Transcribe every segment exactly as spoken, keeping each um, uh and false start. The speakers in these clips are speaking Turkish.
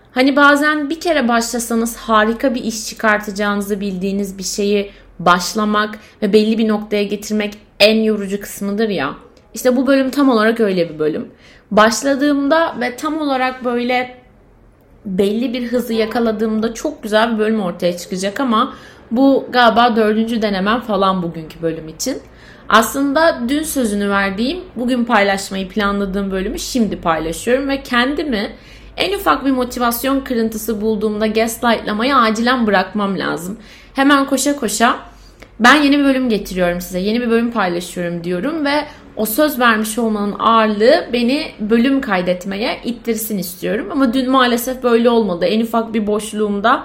Hani bazen bir kere başlasanız harika bir iş çıkartacağınızı bildiğiniz bir şeyi başlamak ve belli bir noktaya getirmek en yorucu kısmıdır ya. İşte bu bölüm tam olarak öyle bir bölüm. Başladığımda ve tam olarak böyle belli bir hızı yakaladığımda çok güzel bir bölüm ortaya çıkacak ama bu galiba dördüncü denemem falan bugünkü bölüm için. Aslında dün sözünü verdiğim, bugün paylaşmayı planladığım bölümü şimdi paylaşıyorum ve kendimi en ufak bir motivasyon kırıntısı bulduğumda gaslightlamayı acilen bırakmam lazım. Hemen koşa koşa ben yeni bir bölüm getiriyorum size, yeni bir bölüm paylaşıyorum diyorum ve o söz vermiş olmanın ağırlığı beni bölüm kaydetmeye ittirsin istiyorum. Ama dün maalesef böyle olmadı. En ufak bir boşluğumda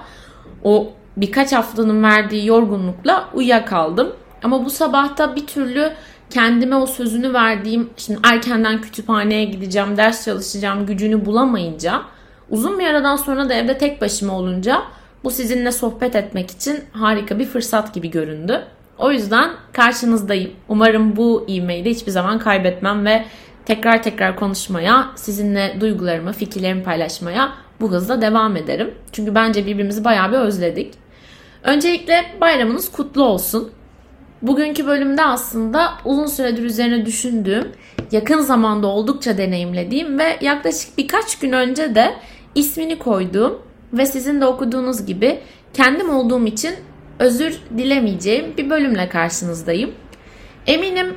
o birkaç haftanın verdiği yorgunlukla uyuyakaldım. Ama bu sabahta bir türlü kendime o sözünü verdiğim, şimdi erkenden kütüphaneye gideceğim, ders çalışacağım gücünü bulamayınca, uzun bir aradan sonra da evde tek başıma olunca bu sizinle sohbet etmek için harika bir fırsat gibi göründü. O yüzden karşınızdayım. Umarım bu ivmeyi de hiçbir zaman kaybetmem ve tekrar tekrar konuşmaya, sizinle duygularımı, fikirlerimi paylaşmaya bu hızla devam ederim. Çünkü bence birbirimizi bayağı bir özledik. Öncelikle bayramınız kutlu olsun. Bugünkü bölümde aslında uzun süredir üzerine düşündüğüm, yakın zamanda oldukça deneyimlediğim ve yaklaşık birkaç gün önce de ismini koyduğum ve sizin de okuduğunuz gibi kendim olduğum için özür dilemeyeceğim bir bölümle karşınızdayım. Eminim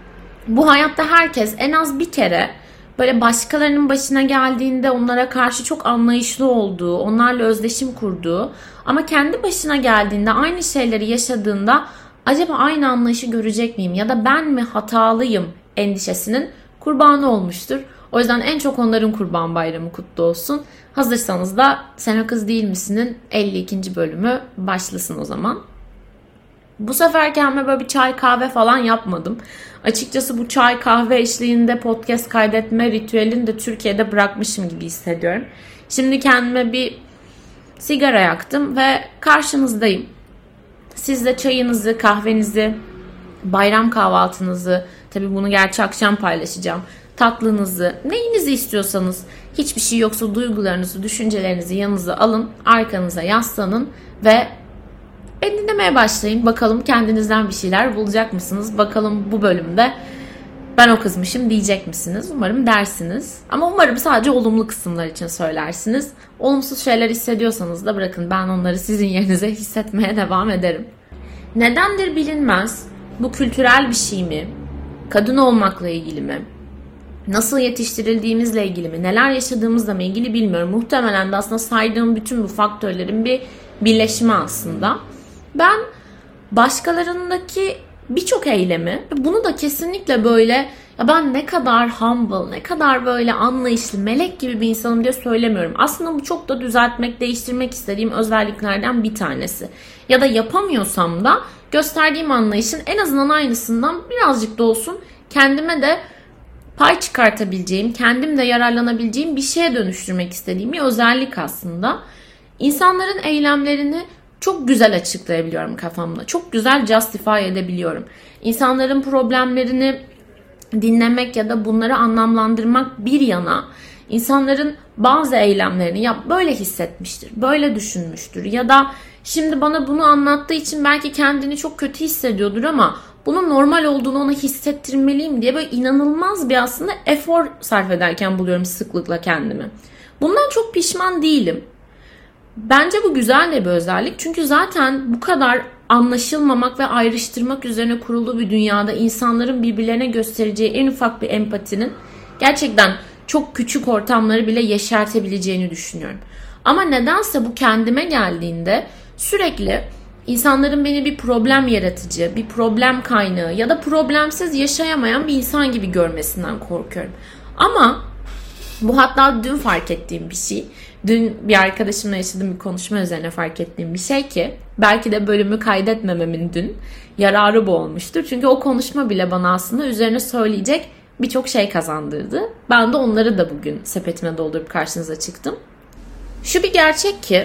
bu hayatta herkes en az bir kere böyle başkalarının başına geldiğinde onlara karşı çok anlayışlı olduğu, onlarla özdeşim kurduğu ama kendi başına geldiğinde aynı şeyleri yaşadığında acaba aynı anlayışı görecek miyim ya da ben mi hatalıyım endişesinin kurbanı olmuştur. O yüzden en çok onların Kurban Bayramı kutlu olsun. Hazırsanız da Sen O Kız Değil Misin'in elli ikinci bölümü başlasın o zaman. Bu sefer kendime böyle bir çay kahve falan yapmadım. Açıkçası bu çay kahve eşliğinde podcast kaydetme ritüelini de Türkiye'de bırakmışım gibi hissediyorum. Şimdi kendime bir sigara yaktım ve karşınızdayım. Siz de çayınızı, kahvenizi, bayram kahvaltınızı, tabii bunu gerçi akşam paylaşacağım, tatlınızı, neyinizi istiyorsanız, hiçbir şey yoksa duygularınızı, düşüncelerinizi yanınıza alın, arkanıza yaslanın ve beni dinlemeye başlayın. Bakalım kendinizden bir şeyler bulacak mısınız? Bakalım bu bölümde ben o kızmışım diyecek misiniz? Umarım dersiniz. Ama umarım sadece olumlu kısımlar için söylersiniz. Olumsuz şeyler hissediyorsanız da bırakın, ben onları sizin yerinize hissetmeye devam ederim. Nedendir bilinmez. Bu kültürel bir şey mi? Kadın olmakla ilgili mi? Nasıl yetiştirildiğimizle ilgili mi? Neler yaşadığımızla mı ilgili bilmiyorum. Muhtemelen de aslında saydığım bütün bu faktörlerin bir birleşimi aslında. Ben başkalarındaki birçok eylemi, bunu da kesinlikle böyle ya ben ne kadar humble, ne kadar böyle anlayışlı, melek gibi bir insanım diye söylemiyorum. Aslında bu çok da düzeltmek, değiştirmek istediğim özelliklerden bir tanesi. Ya da yapamıyorsam da gösterdiğim anlayışın en azından aynısından birazcık da olsun kendime de pay çıkartabileceğim, kendim de yararlanabileceğim bir şeye dönüştürmek istediğim bir özellik aslında. İnsanların eylemlerini çok güzel açıklayabiliyorum kafamda. Çok güzel justify edebiliyorum. İnsanların problemlerini dinlemek ya da bunları anlamlandırmak bir yana, insanların bazı eylemlerini ya böyle hissetmiştir, böyle düşünmüştür ya da şimdi bana bunu anlattığı için belki kendini çok kötü hissediyordur ama bunun normal olduğunu ona hissettirmeliyim diye böyle inanılmaz bir aslında efor sarf ederken buluyorum sıklıkla kendimi. Bundan çok pişman değilim. Bence bu güzel de bir özellik. Çünkü zaten bu kadar anlaşılmamak ve ayrıştırmak üzerine kurulu bir dünyada insanların birbirlerine göstereceği en ufak bir empatinin gerçekten çok küçük ortamları bile yeşertebileceğini düşünüyorum. Ama nedense bu kendime geldiğinde sürekli insanların beni bir problem yaratıcı, bir problem kaynağı ya da problemsiz yaşayamayan bir insan gibi görmesinden korkuyorum. Ama bu hatta dün fark ettiğim bir şey. Dün bir arkadaşımla yaşadığım bir konuşma üzerine fark ettiğim bir şey ki belki de bölümü kaydetmememin dün yararı bu olmuştur. Çünkü o konuşma bile bana aslında üzerine söyleyecek birçok şey kazandırdı. Ben de onları da bugün sepetime doldurup karşınıza çıktım. Şu bir gerçek ki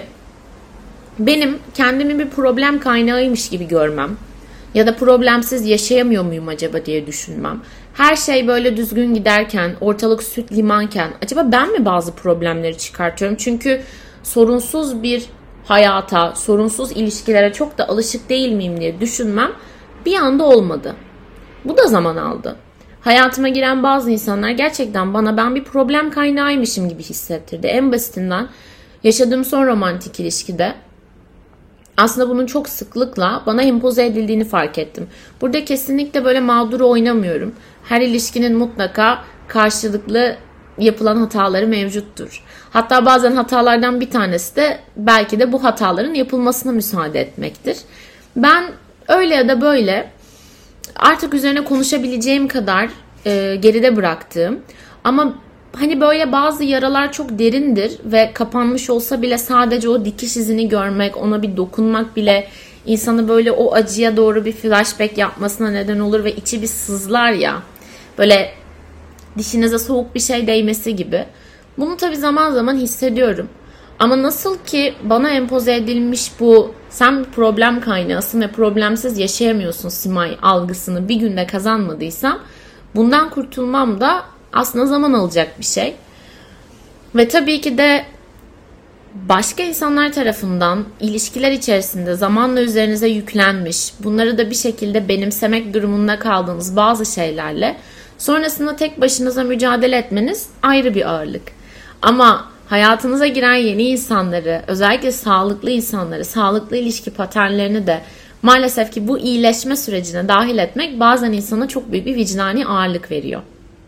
benim kendimi bir problem kaynağıymış gibi görmem ya da problemsiz yaşayamıyor muyum acaba diye düşünmem. Her şey böyle düzgün giderken, ortalık süt limanken acaba ben mi bazı problemleri çıkartıyorum? Çünkü sorunsuz bir hayata, sorunsuz ilişkilere çok da alışık değil miyim diye düşünmem bir anda olmadı. Bu da zaman aldı. Hayatıma giren bazı insanlar gerçekten bana ben bir problem kaynağıymışım gibi hissettirdi. En basitinden yaşadığım son romantik ilişkide aslında bunun çok sıklıkla bana empoze edildiğini fark ettim. Burada kesinlikle böyle mağduru oynamıyorum. Her ilişkinin mutlaka karşılıklı yapılan hataları mevcuttur. Hatta bazen hatalardan bir tanesi de belki de bu hataların yapılmasına müsaade etmektir. Ben öyle ya da böyle artık üzerine konuşabileceğim kadar e, geride bıraktığım ama hani böyle bazı yaralar çok derindir ve kapanmış olsa bile sadece o dikiş izini görmek, ona bir dokunmak bile insanı böyle o acıya doğru bir flashback yapmasına neden olur ve içi bir sızlar ya. Böyle dişinize soğuk bir şey değmesi gibi. Bunu tabii zaman zaman hissediyorum. Ama nasıl ki bana empoze edilmiş bu sen bir problem kaynağısın ve problemsiz yaşayamıyorsun Simay algısını bir günde kazanmadıysam bundan kurtulmam da aslında zaman alacak bir şey. Ve tabii ki de başka insanlar tarafından ilişkiler içerisinde zamanla üzerinize yüklenmiş, bunları da bir şekilde benimsemek durumunda kaldığınız bazı şeylerle sonrasında tek başınıza mücadele etmeniz ayrı bir ağırlık. Ama hayatınıza giren yeni insanları, özellikle sağlıklı insanları, sağlıklı ilişki paternlerini de maalesef ki bu iyileşme sürecine dahil etmek bazen insana çok büyük bir vicdani ağırlık veriyor.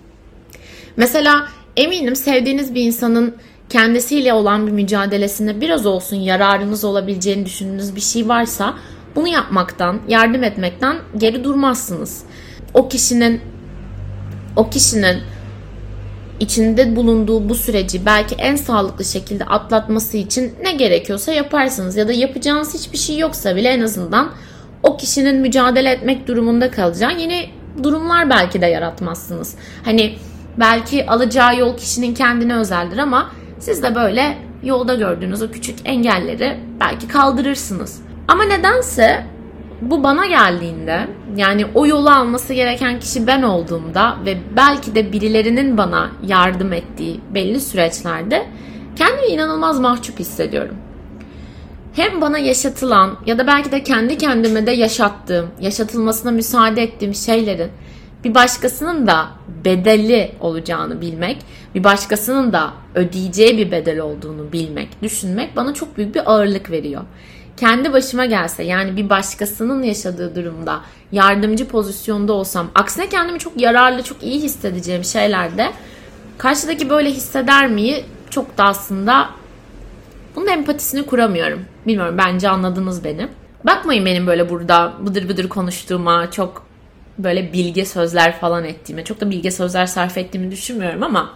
Mesela eminim sevdiğiniz bir insanın kendisiyle olan bir mücadelesinde biraz olsun yararınız olabileceğini düşündüğünüz bir şey varsa bunu yapmaktan, yardım etmekten geri durmazsınız. O kişinin o kişinin içinde bulunduğu bu süreci belki en sağlıklı şekilde atlatması için ne gerekiyorsa yaparsınız ya da yapacağınız hiçbir şey yoksa bile en azından o kişinin mücadele etmek durumunda kalacağı yeni durumlar belki de yaratmazsınız. Hani belki alacağı yol kişinin kendine özeldir ama siz de böyle yolda gördüğünüz o küçük engelleri belki kaldırırsınız. Ama nedense bu bana geldiğinde, yani o yolu alması gereken kişi ben olduğumda ve belki de birilerinin bana yardım ettiği belli süreçlerde kendimi inanılmaz mahcup hissediyorum. Hem bana yaşatılan ya da belki de kendi kendime de yaşattığım, yaşatılmasına müsaade ettiğim şeylerin bir başkasının da bedeli olacağını bilmek, bir başkasının da ödeyeceği bir bedel olduğunu bilmek, düşünmek bana çok büyük bir ağırlık veriyor. Kendi başıma gelse, yani bir başkasının yaşadığı durumda yardımcı pozisyonda olsam, aksine kendimi çok yararlı, çok iyi hissedeceğim şeylerde karşıdaki böyle hisseder miyi çok da aslında bunun empatisini kuramıyorum. Bilmiyorum, bence anladınız beni. Bakmayın benim böyle burada bıdır bıdır konuştuğuma, çok böyle bilge sözler falan ettiğime, çok da bilge sözler sarf ettiğimi düşünmüyorum ama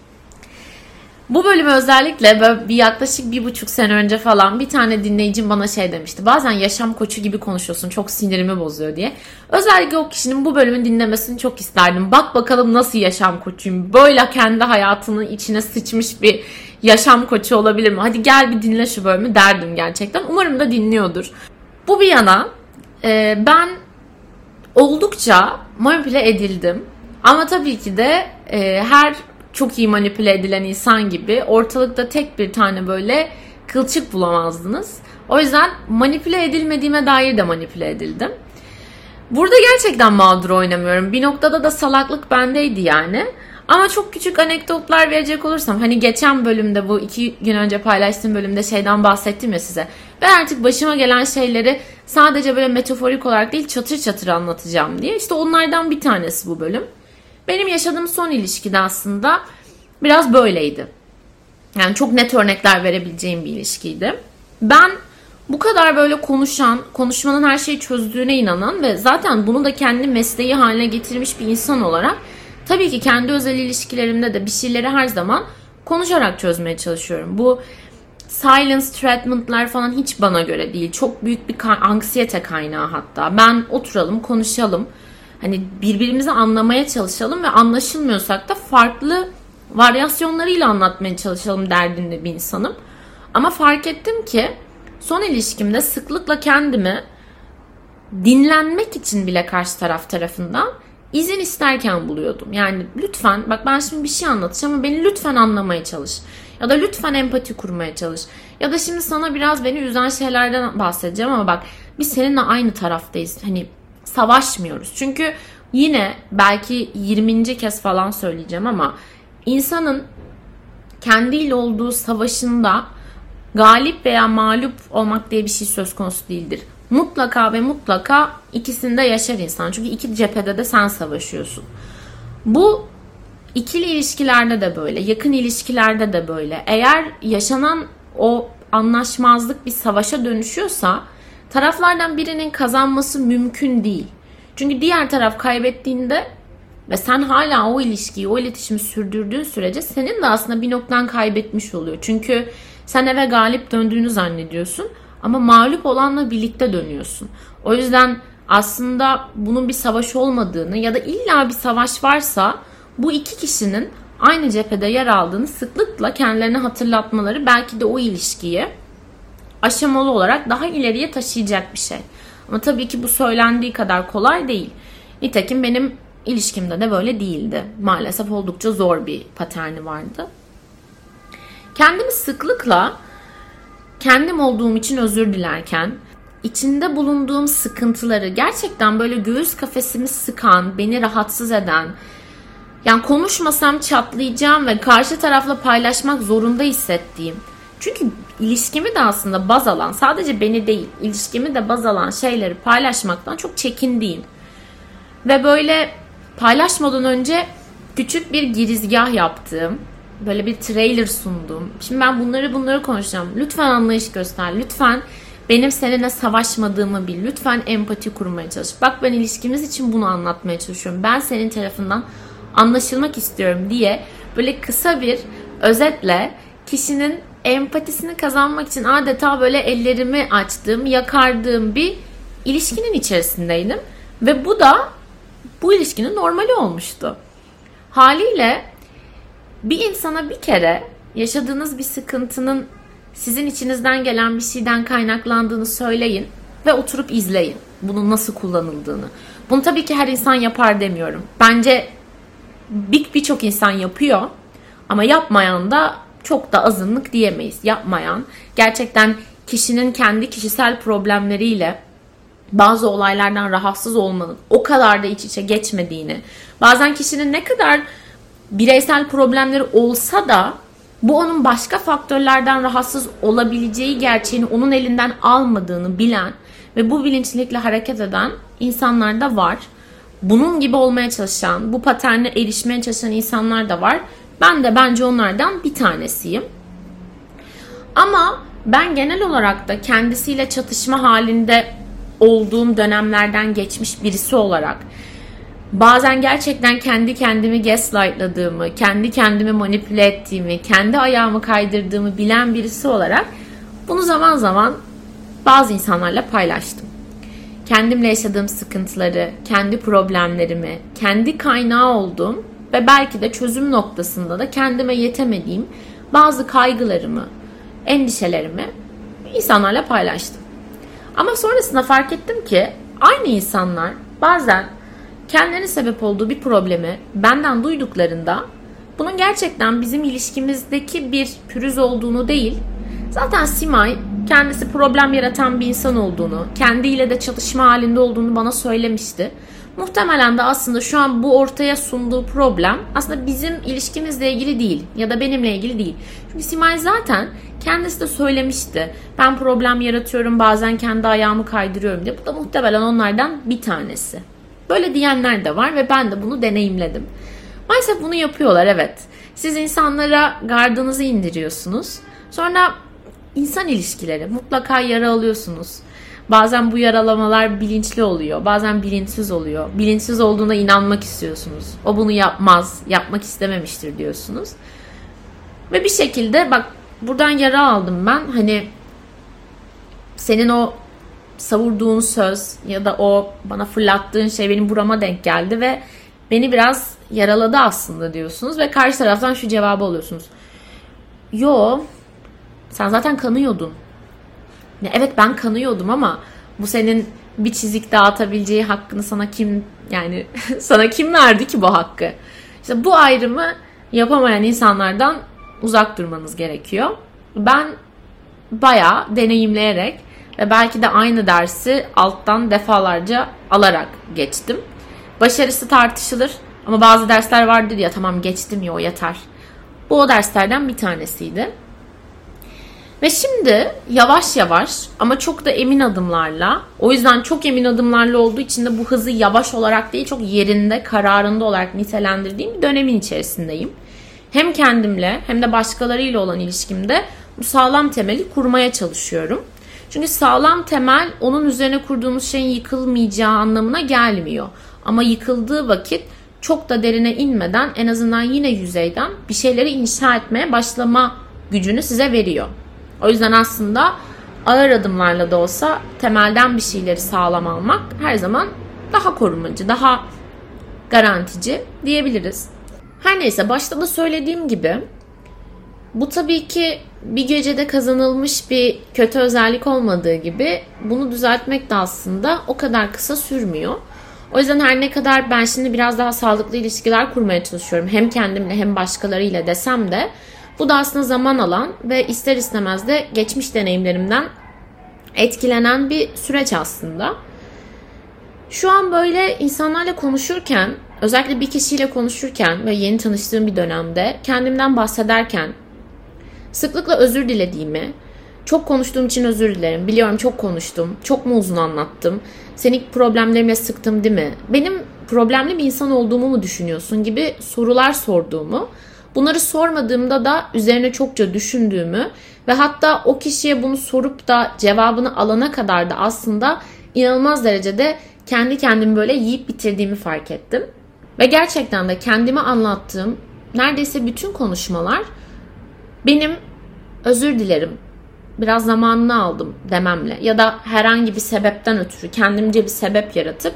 bu bölümü özellikle böyle bir yaklaşık bir buçuk sene önce falan bir tane dinleyicim bana şey demişti. Bazen yaşam koçu gibi konuşuyorsun, çok sinirimi bozuyor diye. Özellikle o kişinin bu bölümü dinlemesini çok isterdim. Bak bakalım nasıl yaşam koçuyum. Böyle kendi hayatının içine sıçmış bir yaşam koçu olabilir mi? Hadi gel bir dinle şu bölümü derdim gerçekten. Umarım da dinliyordur. Bu bir yana e, ben oldukça manipüle edildim. Ama tabii ki de e, her çok iyi manipüle edilen insan gibi ortalıkta tek bir tane böyle kılçık bulamazdınız. O yüzden manipüle edilmediğime dair de manipüle edildim. Burada gerçekten mağdur oynamıyorum. Bir noktada da salaklık bendeydi yani. Ama çok küçük anekdotlar verecek olursam, hani geçen bölümde, bu iki gün önce paylaştığım bölümde şeyden bahsettim ya size. Ben artık başıma gelen şeyleri sadece böyle metaforik olarak değil, çatır çatır anlatacağım diye. İşte onlardan bir tanesi bu bölüm. Benim yaşadığım son ilişkide aslında biraz böyleydi. Yani çok net örnekler verebileceğim bir ilişkiydi. Ben bu kadar böyle konuşan, konuşmanın her şeyi çözdüğüne inanan ve zaten bunu da kendi mesleği haline getirmiş bir insan olarak tabii ki kendi özel ilişkilerimde de bir şeyleri her zaman konuşarak çözmeye çalışıyorum. Bu silence treatment'lar falan hiç bana göre değil. Çok büyük bir anksiyete kaynağı hatta. Ben oturalım, konuşalım. Hani birbirimizi anlamaya çalışalım ve anlaşılmıyorsak da farklı varyasyonlarıyla anlatmaya çalışalım derdinde bir insanım. Ama fark ettim ki son ilişkimde sıklıkla kendimi dinlenmek için bile karşı taraf tarafından izin isterken buluyordum. Yani lütfen, bak ben şimdi bir şey anlatacağım ama beni lütfen anlamaya çalış. Ya da lütfen empati kurmaya çalış. Ya da şimdi sana biraz beni üzen şeylerden bahsedeceğim ama bak biz seninle aynı taraftayız. Hani savaşmıyoruz. Çünkü yine belki yirminci kez falan söyleyeceğim ama insanın kendiyle olduğu savaşında galip veya mağlup olmak diye bir şey söz konusu değildir. Mutlaka ve mutlaka ikisinde yaşar insan. Çünkü iki cephede de sen savaşıyorsun. Bu ikili ilişkilerde de böyle, yakın ilişkilerde de böyle. Eğer yaşanan o anlaşmazlık bir savaşa dönüşüyorsa taraflardan birinin kazanması mümkün değil. Çünkü diğer taraf kaybettiğinde ve sen hala o ilişkiyi, o iletişimi sürdürdüğün sürece senin de aslında bir noktadan kaybetmiş oluyor. Çünkü sen eve galip döndüğünü zannediyorsun ama mağlup olanla birlikte dönüyorsun. O yüzden aslında bunun bir savaş olmadığını ya da illa bir savaş varsa bu iki kişinin aynı cephede yer aldığını sıklıkla kendilerine hatırlatmaları belki de o ilişkiyi aşamalı olarak daha ileriye taşıyacak bir şey. Ama tabii ki bu söylendiği kadar kolay değil. Nitekim benim ilişkimde de böyle değildi. Maalesef oldukça zor bir paterni vardı. Kendimi sıklıkla kendim olduğum için özür dilerken, içinde bulunduğum sıkıntıları gerçekten böyle göğüs kafesimi sıkan, beni rahatsız eden, yani konuşmasam çatlayacağım ve karşı tarafla paylaşmak zorunda hissettiğim. Çünkü ilişkimi de aslında baz alan, sadece beni değil, ilişkimi de baz alan şeyleri paylaşmaktan çok çekindiğim. Ve böyle paylaşmadan önce küçük bir girizgah yaptığım, böyle bir trailer sundum. Şimdi ben bunları bunları konuşacağım. Lütfen anlayış göster. Lütfen benim seninle savaşmadığımı bil. Lütfen empati kurmaya çalış. Bak ben ilişkimiz için bunu anlatmaya çalışıyorum. Ben senin tarafından anlaşılmak istiyorum diye böyle kısa bir özetle kişinin empatisini kazanmak için adeta böyle ellerimi açtığım, yakardığım bir ilişkinin içerisindeydim. Ve bu da bu ilişkinin normali olmuştu. Haliyle bir insana bir kere yaşadığınız bir sıkıntının sizin içinizden gelen bir şeyden kaynaklandığını söyleyin ve oturup izleyin bunun nasıl kullanıldığını. Bunu tabii ki her insan yapar demiyorum. Bence bir birçok insan yapıyor ama yapmayan da çok da azınlık diyemeyiz. Yapmayan gerçekten kişinin kendi kişisel problemleriyle bazı olaylardan rahatsız olmanın o kadar da iç içe geçmediğini, bazen kişinin ne kadar bireysel problemleri olsa da bu onun başka faktörlerden rahatsız olabileceği gerçeğini onun elinden almadığını bilen ve bu bilinçlilikle hareket eden insanlar da var. Bunun gibi olmaya çalışan, bu paterne erişmeye çalışan insanlar da var. Ben de bence onlardan bir tanesiyim. Ama ben genel olarak da kendisiyle çatışma halinde olduğum dönemlerden geçmiş birisi olarak bazen gerçekten kendi kendimi gaslightladığımı, kendi kendimi manipüle ettiğimi, kendi ayağımı kaydırdığımı bilen birisi olarak bunu zaman zaman bazı insanlarla paylaştım. Kendimle yaşadığım sıkıntıları, kendi problemlerimi, kendi kaynağı olduğum ve belki de çözüm noktasında da kendime yetemediğim bazı kaygılarımı, endişelerimi insanlarla paylaştım. Ama sonrasında fark ettim ki aynı insanlar bazen kendilerine sebep olduğu bir problemi benden duyduklarında bunun gerçekten bizim ilişkimizdeki bir pürüz olduğunu değil, zaten Simay kendisi problem yaratan bir insan olduğunu, kendiyle de çatışma halinde olduğunu bana söylemişti. Muhtemelen de aslında şu an bu ortaya sunduğu problem aslında bizim ilişkimizle ilgili değil ya da benimle ilgili değil. Çünkü Simay zaten kendisi de söylemişti. Ben problem yaratıyorum, bazen kendi ayağımı kaydırıyorum diye. Bu da muhtemelen onlardan bir tanesi. Böyle diyenler de var ve ben de bunu deneyimledim. Maalesef bunu yapıyorlar, evet. Siz insanlara gardınızı indiriyorsunuz. Sonra insan ilişkileri mutlaka yara alıyorsunuz. Bazen bu yaralamalar bilinçli oluyor. Bazen bilinçsiz oluyor. Bilinçsiz olduğuna inanmak istiyorsunuz. O bunu yapmaz, yapmak istememiştir diyorsunuz. Ve bir şekilde bak buradan yara aldım ben. Hani senin o savurduğun söz ya da o bana fırlattığın şey benim burama denk geldi ve beni biraz yaraladı aslında diyorsunuz ve karşı taraftan şu cevabı alıyorsunuz. Yo, sen zaten kanıyordun. Evet, ben kanıyordum ama bu senin bir çizik dağıtabileceği hakkını sana kim yani sana kim verdi ki bu hakkı? İşte bu ayrımı yapamayan insanlardan uzak durmanız gerekiyor. Ben bayağı deneyimleyerek ve belki de aynı dersi alttan defalarca alarak geçtim. Başarısı tartışılır ama bazı dersler vardır ya, tamam geçtim ya o yeter. Bu o derslerden bir tanesiydi. Ve şimdi yavaş yavaş ama çok da emin adımlarla, o yüzden çok emin adımlarla olduğu için de bu hızı yavaş olarak değil çok yerinde, kararında olarak nitelendirdiğim bir dönemin içerisindeyim. Hem kendimle hem de başkalarıyla olan ilişkimde bu sağlam temeli kurmaya çalışıyorum. Çünkü sağlam temel onun üzerine kurduğumuz şeyin yıkılmayacağı anlamına gelmiyor. Ama yıkıldığı vakit çok da derine inmeden en azından yine yüzeyden bir şeyleri inşa etmeye başlama gücünü size veriyor. O yüzden aslında ağır adımlarla da olsa temelden bir şeyleri sağlam almak her zaman daha korumacı, daha garantici diyebiliriz. Her neyse, başta da söylediğim gibi bu tabii ki bir gecede kazanılmış bir kötü özellik olmadığı gibi bunu düzeltmek de aslında o kadar kısa sürmüyor. O yüzden her ne kadar ben şimdi biraz daha sağlıklı ilişkiler kurmaya çalışıyorum hem kendimle hem başkalarıyla desem de bu da aslında zaman alan ve ister istemez de geçmiş deneyimlerimden etkilenen bir süreç aslında. Şu an böyle insanlarla konuşurken, özellikle bir kişiyle konuşurken ve yeni tanıştığım bir dönemde kendimden bahsederken sıklıkla özür dilediğimi, çok konuştuğum için özür dilerim, biliyorum çok konuştum, çok mu uzun anlattım, seni problemlerimle sıktım değil mi, benim problemli bir insan olduğumu mu düşünüyorsun gibi sorular sorduğumu, bunları sormadığımda da üzerine çokça düşündüğümü ve hatta o kişiye bunu sorup da cevabını alana kadar da aslında inanılmaz derecede kendi kendimi böyle yiyip bitirdiğimi fark ettim. Ve gerçekten de kendime anlattığım neredeyse bütün konuşmalar benim özür dilerim, biraz zamanını aldım dememle ya da herhangi bir sebepten ötürü kendimce bir sebep yaratıp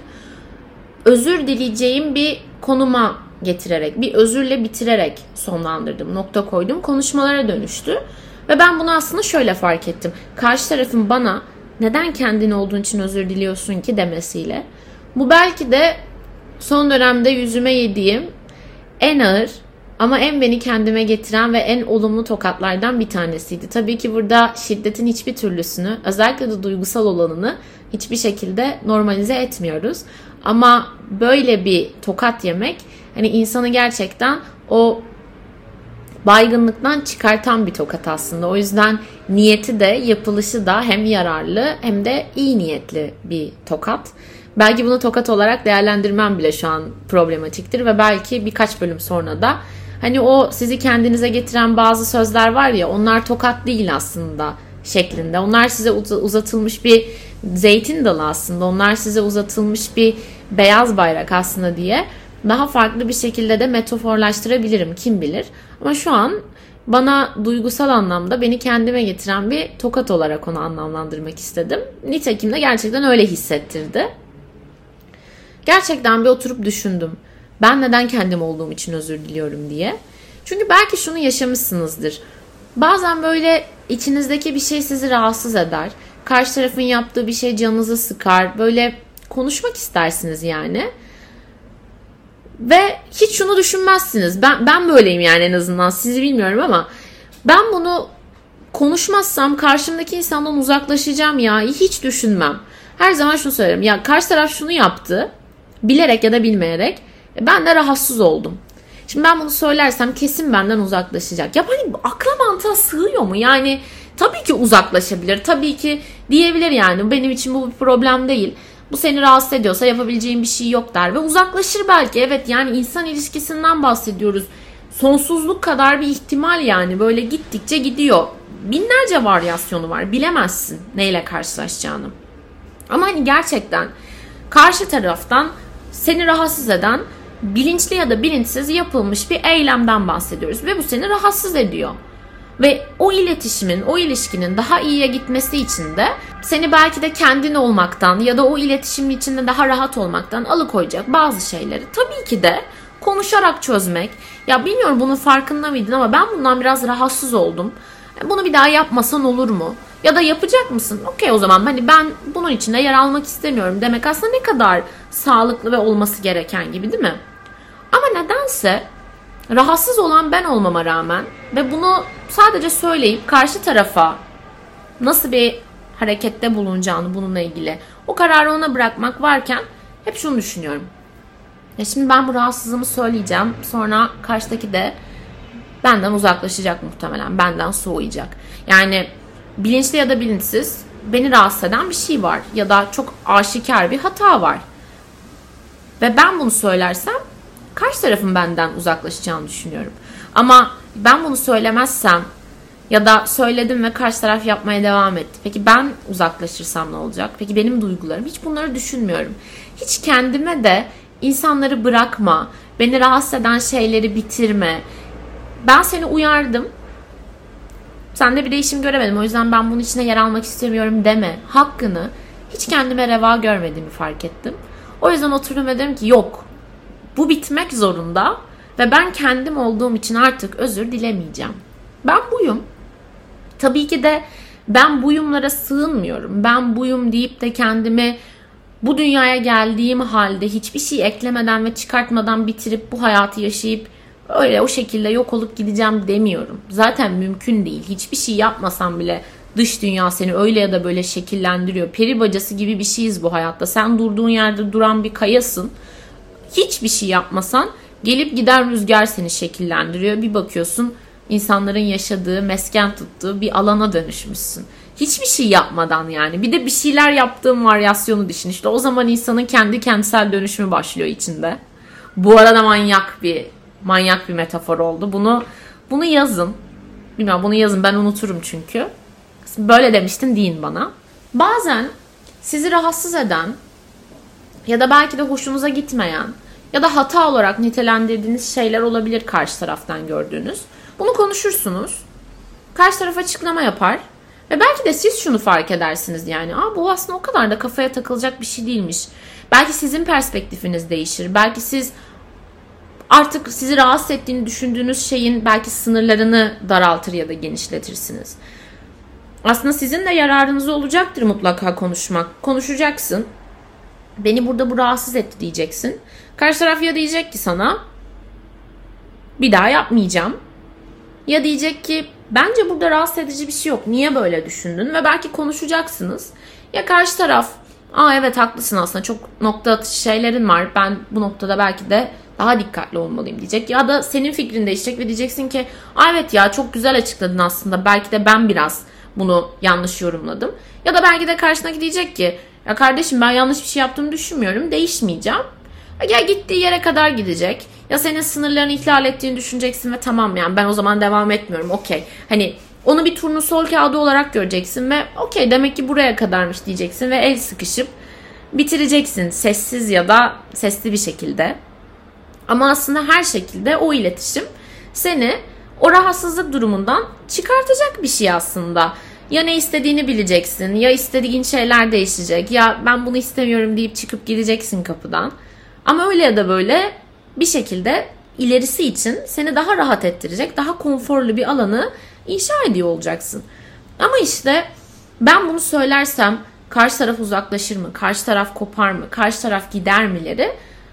özür dileyeceğim bir konuma getirerek, bir özürle bitirerek sonlandırdım, nokta koydum, konuşmalara dönüştü. Ve ben bunu aslında şöyle fark ettim. Karşı tarafın bana neden kendin olduğun için özür diliyorsun ki demesiyle. Bu belki de son dönemde yüzüme yediğim en ağır ama en beni kendime getiren ve en olumlu tokatlardan bir tanesiydi. Tabii ki burada şiddetin hiçbir türlüsünü, özellikle de duygusal olanını hiçbir şekilde normalize etmiyoruz. Ama böyle bir tokat yemek hani insanı gerçekten o baygınlıktan çıkartan bir tokat aslında. O yüzden niyeti de yapılışı da hem yararlı hem de iyi niyetli bir tokat. Belki bunu tokat olarak değerlendirmem bile şu an problematiktir ve belki birkaç bölüm sonra da hani o sizi kendinize getiren bazı sözler var ya, onlar tokat değil aslında şeklinde. Onlar size uzatılmış bir zeytin dalı aslında. Onlar size uzatılmış bir beyaz bayrak aslında diye daha farklı bir şekilde de metaforlaştırabilirim, kim bilir. Ama şu an bana duygusal anlamda beni kendime getiren bir tokat olarak onu anlamlandırmak istedim. Nitekim de gerçekten öyle hissettirdi. Gerçekten bir oturup düşündüm. Ben neden kendim olduğum için özür diliyorum diye. Çünkü belki şunu yaşamışsınızdır. Bazen böyle içinizdeki bir şey sizi rahatsız eder. Karşı tarafın yaptığı bir şey canınızı sıkar. Böyle konuşmak istersiniz yani. Ve hiç şunu düşünmezsiniz. Ben ben böyleyim yani, en azından sizi bilmiyorum ama ben bunu konuşmazsam karşımdaki insandan uzaklaşacağım ya, hiç düşünmem. Her zaman şunu söylerim. Ya karşı taraf şunu yaptı. Bilerek ya da bilmeyerek. Ben de rahatsız oldum. Şimdi ben bunu söylersem kesin benden uzaklaşacak. Ya hani akla mantığa sığıyor mu? Yani tabii ki uzaklaşabilir. Tabii ki diyebilir yani. Benim için bu bir problem değil. Bu seni rahatsız ediyorsa yapabileceğim bir şey yok der. Ve uzaklaşır belki. Evet, yani insan ilişkisinden bahsediyoruz. Sonsuzluk kadar bir ihtimal yani. Böyle gittikçe gidiyor. Binlerce varyasyonu var. Bilemezsin neyle karşılaşacağını. Ama hani gerçekten karşı taraftan seni rahatsız eden bilinçli ya da bilinçsiz yapılmış bir eylemden bahsediyoruz. Ve bu seni rahatsız ediyor. Ve o iletişimin, o ilişkinin daha iyiye gitmesi için de seni belki de kendin olmaktan ya da o iletişimin içinde daha rahat olmaktan alıkoyacak bazı şeyleri tabii ki de konuşarak çözmek. Ya bilmiyorum bunun farkında mıydın ama ben bundan biraz rahatsız oldum. Bunu bir daha yapmasan olur mu? Ya da yapacak mısın? Okey, o zaman hani ben bunun içinde yer almak istemiyorum demek aslında ne kadar sağlıklı ve olması gereken gibi, değil mi? Ama nedense rahatsız olan ben olmama rağmen ve bunu sadece söyleyip karşı tarafa nasıl bir harekette bulunacağını bununla ilgili o kararı ona bırakmak varken hep şunu düşünüyorum. Ya şimdi ben bu rahatsızlığımı söyleyeceğim. Sonra karşıdaki de benden uzaklaşacak muhtemelen. Benden soğuyacak. Yani bilinçli ya da bilinçsiz beni rahatsız eden bir şey var. Ya da çok aşikar bir hata var. Ve ben bunu söylersem karşı tarafın benden uzaklaşacağını düşünüyorum. Ama ben bunu söylemezsem ya da söyledim ve karşı taraf yapmaya devam etti. Peki ben uzaklaşırsam ne olacak? Peki benim duygularım? Hiç bunları düşünmüyorum. Hiç kendime de insanları bırakma, beni rahatsız eden şeyleri bitirme. Ben seni uyardım. Sende bir değişim göremedim. O yüzden ben bunun içine yer almak istemiyorum deme. Hakkını hiç kendime reva görmediğimi fark ettim. O yüzden oturdum ve dedim ki yok. Bu bitmek zorunda ve ben kendim olduğum için artık özür dilemeyeceğim. Ben buyum. Tabii ki de ben buyumlara sığınmıyorum. Ben buyum deyip de kendimi bu dünyaya geldiğim halde hiçbir şey eklemeden ve çıkartmadan bitirip bu hayatı yaşayıp öyle o şekilde yok olup gideceğim demiyorum. Zaten mümkün değil. Hiçbir şey yapmasam bile dış dünya seni öyle ya da böyle şekillendiriyor. Peri bacası gibi bir şeyiz bu hayatta. Sen durduğun yerde duran bir kayasın. Hiçbir şey yapmasan gelip giden rüzgar seni şekillendiriyor. Bir bakıyorsun insanların yaşadığı, mesken tuttuğu bir alana dönüşmüşsün. Hiçbir şey yapmadan yani. Bir de bir şeyler yaptığın varyasyonu düşün. İşte o zaman insanın kendi kentsel dönüşümü başlıyor içinde. Bu arada manyak bir manyak bir metafor oldu. Bunu bunu yazın. Bilmiyorum, bunu yazın, ben unuturum çünkü. Böyle demiştin deyin bana. Bazen sizi rahatsız eden ya da belki de hoşunuza gitmeyen ya da hata olarak nitelendirdiğiniz şeyler olabilir karşı taraftan gördüğünüz. Bunu konuşursunuz. Karşı taraf açıklama yapar. Ve belki de siz şunu fark edersiniz yani. Aa, bu aslında o kadar da kafaya takılacak bir şey değilmiş. Belki sizin perspektifiniz değişir. Belki siz artık sizi rahatsız ettiğini düşündüğünüz şeyin belki sınırlarını daraltır ya da genişletirsiniz. Aslında sizin de yararınıza olacaktır mutlaka konuşmak. Konuşacaksın. Beni burada bu rahatsız etti diyeceksin. Karşı taraf ya diyecek ki sana bir daha yapmayacağım. Ya diyecek ki bence burada rahatsız edici bir şey yok. Niye böyle düşündün? Ve belki konuşacaksınız. Ya karşı taraf aa evet haklısın, aslında çok nokta atışı şeylerin var. Ben bu noktada belki de daha dikkatli olmalıyım diyecek. Ya da senin fikrin değişecek ve diyeceksin ki aa evet ya çok güzel açıkladın aslında. Belki de ben biraz bunu yanlış yorumladım. Ya da belki de karşındaki diyecek ki ya kardeşim ben yanlış bir şey yaptığımı düşünmüyorum. Değişmeyeceğim. Ya gittiği yere kadar gidecek. Ya senin sınırlarını ihlal ettiğini düşüneceksin ve tamam yani ben o zaman devam etmiyorum. Okey. Hani onu bir turnusol kağıdı olarak göreceksin ve okey demek ki buraya kadarmış diyeceksin ve el sıkışıp bitireceksin. Sessiz ya da sesli bir şekilde. Ama aslında her şekilde o iletişim seni o rahatsızlık durumundan çıkartacak bir şey aslında. Ya ne istediğini bileceksin, ya istediğin şeyler değişecek, ya ben bunu istemiyorum deyip çıkıp gideceksin kapıdan. Ama öyle ya da böyle bir şekilde ilerisi için seni daha rahat ettirecek, daha konforlu bir alanı inşa ediyor olacaksın. Ama işte ben bunu söylersem karşı taraf uzaklaşır mı, karşı taraf kopar mı, karşı taraf gider mileri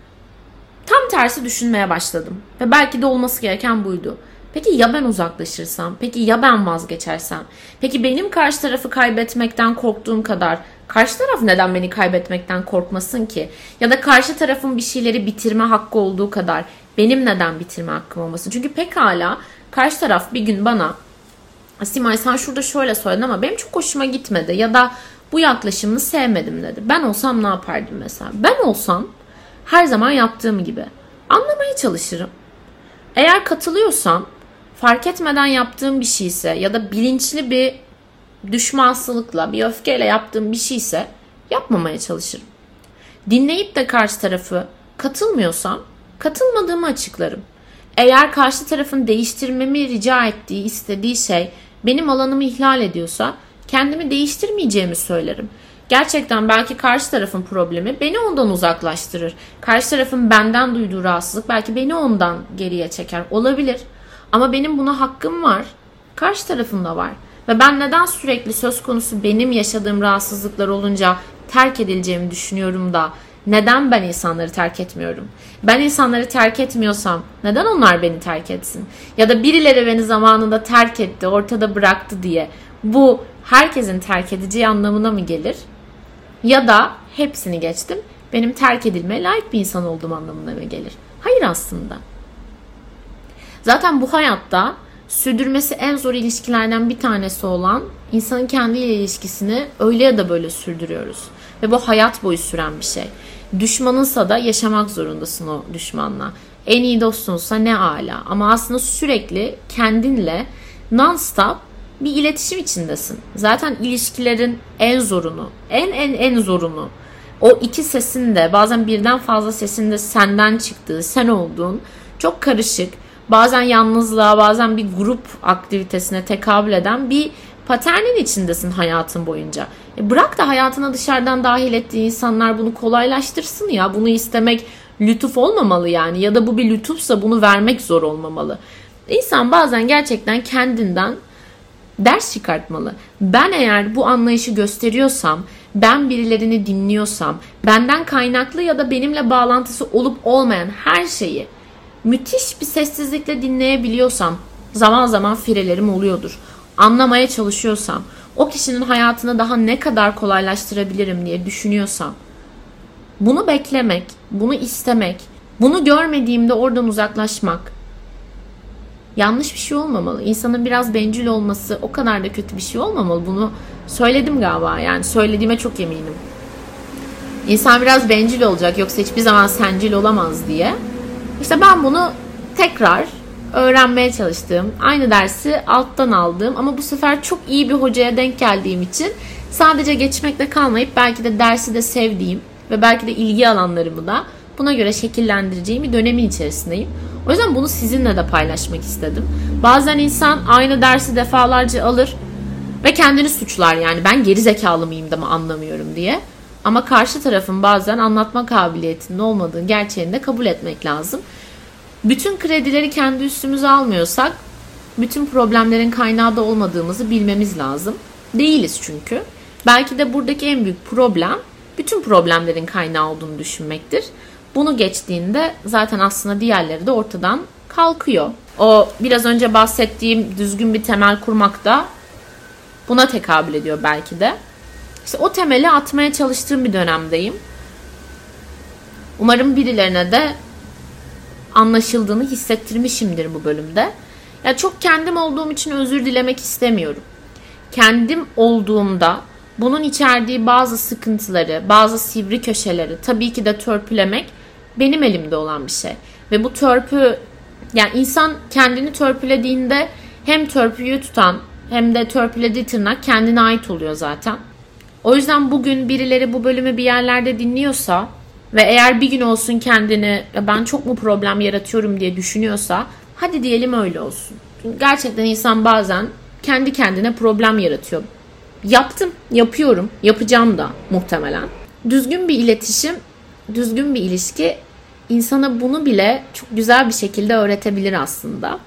tam tersi düşünmeye başladım. Ve belki de olması gereken buydu. Peki ya ben uzaklaşırsam? Peki ya ben vazgeçersem? Peki benim karşı tarafı kaybetmekten korktuğum kadar karşı taraf neden beni kaybetmekten korkmasın ki? Ya da karşı tarafın bir şeyleri bitirme hakkı olduğu kadar benim neden bitirme hakkım olmasın? Çünkü pekala karşı taraf bir gün bana Simay sen şurada şöyle söyledin ama benim çok hoşuma gitmedi ya da bu yaklaşımını sevmedim dedi. Ben olsam ne yapardım mesela? Ben olsam her zaman yaptığım gibi anlamaya çalışırım. Eğer katılıyorsam fark etmeden yaptığım bir şeyse ya da bilinçli bir düşmansızlıkla, bir öfkeyle yaptığım bir şeyse yapmamaya çalışırım. Dinleyip de karşı tarafı katılmıyorsam katılmadığımı açıklarım. Eğer karşı tarafın değiştirmemi rica ettiği, istediği şey benim alanımı ihlal ediyorsa kendimi değiştirmeyeceğimi söylerim. Gerçekten belki karşı tarafın problemi beni ondan uzaklaştırır. Karşı tarafın benden duyduğu rahatsızlık belki beni ondan geriye çeker. Olabilir. Ama benim buna hakkım var. Karşı tarafın da var. Ve ben neden sürekli söz konusu benim yaşadığım rahatsızlıklar olunca terk edileceğimi düşünüyorum da Neden ben insanları terk etmiyorum? Ben insanları terk etmiyorsam neden onlar beni terk etsin? Ya da birileri beni zamanında terk etti, ortada bıraktı diye bu herkesin terk edeceği anlamına mı gelir? Ya da hepsini geçtim, benim terk edilmeye layık bir insan olduğum anlamına mı gelir? Hayır aslında. Zaten bu hayatta sürdürmesi en zor ilişkilerden bir tanesi olan insanın kendiyle ilişkisini öyle ya da böyle sürdürüyoruz. Ve bu hayat boyu süren bir şey. Düşmanınsa da yaşamak zorundasın o düşmanla. En iyi dostunsa ne ala. Ama aslında sürekli kendinle non-stop bir iletişim içindesin. Zaten ilişkilerin en zorunu, en en en zorunu, o iki sesin de bazen birden fazla sesin de senden çıktığı, sen olduğun çok karışık, bazen yalnızlığa, bazen bir grup aktivitesine tekabül eden bir paternin içindesin hayatın boyunca. E bırak da hayatına dışarıdan dahil ettiği insanlar bunu kolaylaştırsın ya. Bunu istemek lütuf olmamalı yani. Ya da bu bir lütufsa bunu vermek zor olmamalı. İnsan bazen gerçekten kendinden ders çıkartmalı. Ben eğer bu anlayışı gösteriyorsam, ben birilerini dinliyorsam, benden kaynaklı ya da benimle bağlantısı olup olmayan her şeyi müthiş bir sessizlikle dinleyebiliyorsam, zaman zaman firelerim oluyordur. Anlamaya çalışıyorsam, o kişinin hayatını daha ne kadar kolaylaştırabilirim diye düşünüyorsam, bunu beklemek, bunu istemek, bunu görmediğimde oradan uzaklaşmak yanlış bir şey olmamalı. İnsanın biraz bencil olması o kadar da kötü bir şey olmamalı. Bunu söyledim galiba, yani söylediğime çok eminim. İnsan biraz bencil olacak, yoksa hiçbir zaman sencil olamaz diye. İşte ben bunu tekrar öğrenmeye çalıştım. Aynı dersi alttan aldığım ama bu sefer çok iyi bir hocaya denk geldiğim için sadece geçmekle kalmayıp belki de dersi de sevdiğim ve belki de ilgi alanlarımı da buna göre şekillendireceğim bir dönemin içerisindeyim. O yüzden bunu sizinle de paylaşmak istedim. Bazen insan aynı dersi defalarca alır ve kendini suçlar, yani ben geri zekalı mıyım da mı anlamıyorum diye. Ama karşı tarafın bazen anlatma kabiliyetinin olmadığı gerçeğini de kabul etmek lazım. Bütün kredileri kendi üstümüze almıyorsak bütün problemlerin kaynağı da olmadığımızı bilmemiz lazım. Değiliz çünkü. Belki de buradaki en büyük problem bütün problemlerin kaynağı olduğunu düşünmektir. Bunu geçtiğinde zaten aslında diğerleri de ortadan kalkıyor. O biraz önce bahsettiğim düzgün bir temel kurmak da buna tekabül ediyor belki de. İşte o temeli atmaya çalıştığım bir dönemdeyim. Umarım birilerine de anlaşıldığını hissettirmişimdir bu bölümde. Ya çok kendim olduğum için özür dilemek istemiyorum. Kendim olduğumda bunun içerdiği bazı sıkıntıları, bazı sivri köşeleri tabii ki de törpülemek benim elimde olan bir şey. Ve bu törpü, yani insan kendini törpülediğinde hem törpüyü tutan hem de törpülediği tırnak kendine ait oluyor zaten. O yüzden bugün birileri bu bölümü bir yerlerde dinliyorsa ve eğer bir gün olsun kendini ben çok mu problem yaratıyorum diye düşünüyorsa hadi diyelim öyle olsun. Çünkü gerçekten insan bazen kendi kendine problem yaratıyor. Yaptım, yapıyorum, yapacağım da muhtemelen. Düzgün bir iletişim, düzgün bir ilişki insana bunu bile çok güzel bir şekilde öğretebilir aslında.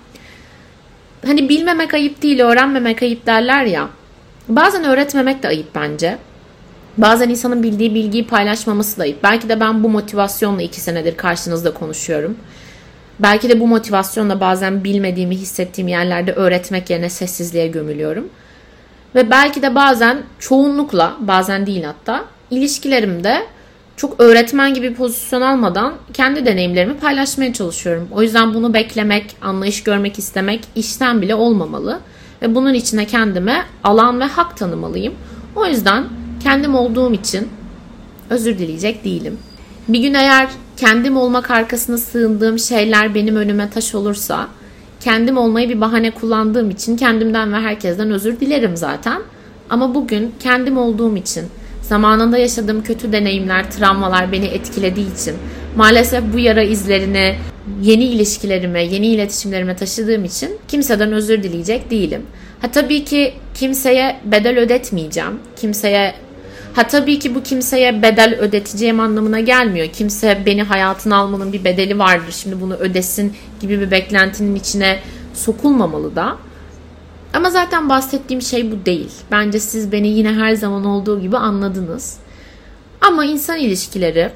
Hani bilmemek ayıp değil, öğrenmemek ayıp derler ya. Bazen öğretmemek de ayıp bence. Bazen insanın bildiği bilgiyi paylaşmaması da ayıp. Belki de ben bu motivasyonla iki senedir karşınızda konuşuyorum. Belki de bu motivasyonla bazen bilmediğimi hissettiğim yerlerde öğretmek yerine sessizliğe gömülüyorum. Ve belki de bazen çoğunlukla, bazen değil hatta, ilişkilerimde çok öğretmen gibi bir pozisyon almadan kendi deneyimlerimi paylaşmaya çalışıyorum. O yüzden bunu beklemek, anlayış görmek istemek işten bile olmamalı. Ve bunun içine kendime alan ve hak tanımalıyım. O yüzden kendim olduğum için özür dileyecek değilim. Bir gün eğer kendim olmak arkasına sığındığım şeyler benim önüme taş olursa, kendim olmayı bir bahane kullandığım için kendimden ve herkesten özür dilerim zaten. Ama bugün kendim olduğum için, zamanında yaşadığım kötü deneyimler, travmalar beni etkilediği için, maalesef bu yara izlerini yeni ilişkilerime, yeni iletişimlerime taşıdığım için kimseden özür dileyecek değilim. Ha tabii ki kimseye bedel ödetmeyeceğim. Kimseye Ha tabii ki bu kimseye bedel ödeteceğim anlamına gelmiyor. Kimse beni hayatına almanın bir bedeli vardır, şimdi bunu ödesin gibi bir beklentinin içine sokulmamalı da. Ama zaten bahsettiğim şey bu değil. Bence siz beni yine her zaman olduğu gibi anladınız. Ama insan ilişkileri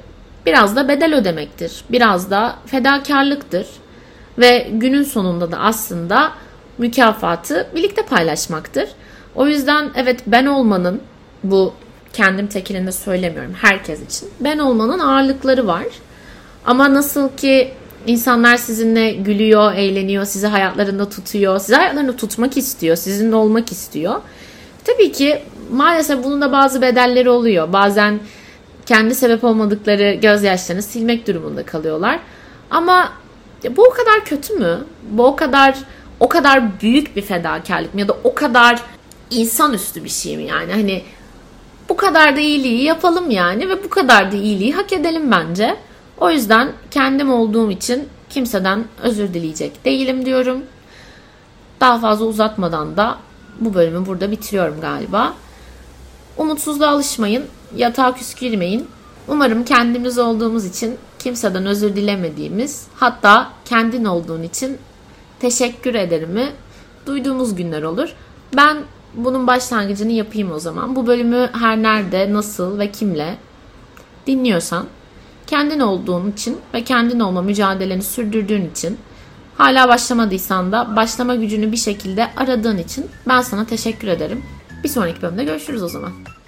biraz da bedel ödemektir. Biraz da fedakarlıktır. Ve günün sonunda da aslında mükafatı birlikte paylaşmaktır. O yüzden evet, ben olmanın, bu kendim tekelinde söylemiyorum, herkes için, ben olmanın ağırlıkları var. Ama nasıl ki insanlar sizinle gülüyor, eğleniyor, sizi hayatlarında tutuyor, sizi hayatlarında tutmak istiyor, sizinle olmak istiyor. Tabii ki maalesef bunun da bazı bedelleri oluyor. Bazen kendi sebep olmadıkları gözyaşlarını silmek durumunda kalıyorlar. Ama bu o kadar kötü mü? Bu o kadar o kadar büyük bir fedakarlık mı? Ya da o kadar insanüstü bir şey mi yani? Hani bu kadar da iyiliği yapalım yani ve bu kadar da iyiliği hak edelim bence. O yüzden kendim olduğum için kimseden özür dileyecek değilim diyorum. Daha fazla uzatmadan da bu bölümü burada bitiriyorum galiba. Umutsuzluğa alışmayın, yatağa küs girmeyin. Umarım kendimiz olduğumuz için kimseden özür dilemediğimiz, hatta kendin olduğun için teşekkür ederimi duyduğumuz günler olur. Ben bunun başlangıcını yapayım o zaman. Bu bölümü her nerede, nasıl ve kimle dinliyorsan, kendin olduğun için ve kendin olma mücadeleni sürdürdüğün için, hala başlamadıysan da başlama gücünü bir şekilde aradığın için ben sana teşekkür ederim. Bir sonraki bölümde görüşürüz o zaman.